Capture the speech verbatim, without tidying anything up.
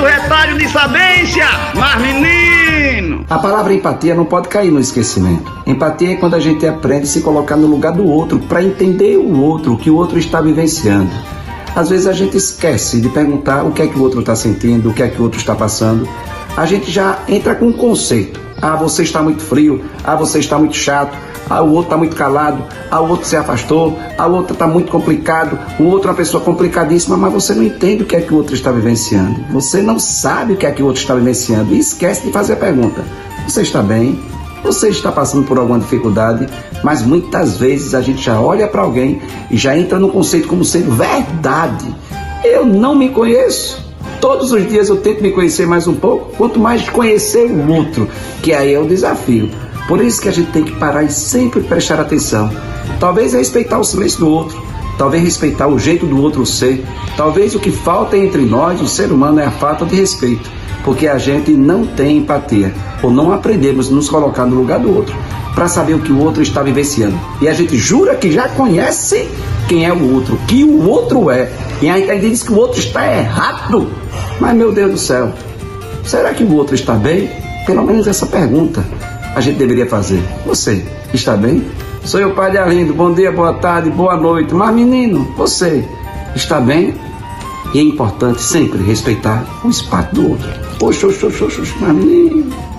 do retalho de sabência, mas menino! A palavra empatia não pode cair no esquecimento. Empatia é quando a gente aprende a se colocar no lugar do outro, para entender o outro, o que o outro está vivenciando. Às vezes a gente esquece de perguntar o que é que o outro está sentindo, o que é que o outro está passando. A gente já entra com um conceito. Ah, você está muito frio. Ah, você está muito chato. Ah, o outro está muito calado. Ah, o outro se afastou. Ah, o outro está muito complicado. O outro é uma pessoa complicadíssima, mas você não entende o que é que o outro está vivenciando. Você não sabe o que é que o outro está vivenciando e esquece de fazer a pergunta. Você está bem? Você está passando por alguma dificuldade? Mas muitas vezes a gente já olha para alguém e já entra no conceito como sendo verdade. Eu não me conheço. Todos os dias eu tento me conhecer mais um pouco, quanto mais conhecer o outro, que aí é o desafio. Por isso que a gente tem que parar e sempre prestar atenção. Talvez respeitar o silêncio do outro, talvez respeitar o jeito do outro ser. Talvez o que falta entre nós, o ser humano, é a falta de respeito, porque a gente não tem empatia, ou não aprendemos a nos colocar no lugar do outro, para saber o que o outro está vivenciando. E a gente jura que já conhece quem é o outro, que o outro é, e ainda diz que o outro está errado. Mas, meu Deus do céu, será que o outro está bem? Pelo menos essa pergunta a gente deveria fazer. Você está bem? Sou eu, Padre Arlindo. Bom dia, boa tarde, boa noite. Mas, menino, você está bem? E é importante sempre respeitar o espaço do outro. Poxa, poxa, poxa, poxa, mas menino...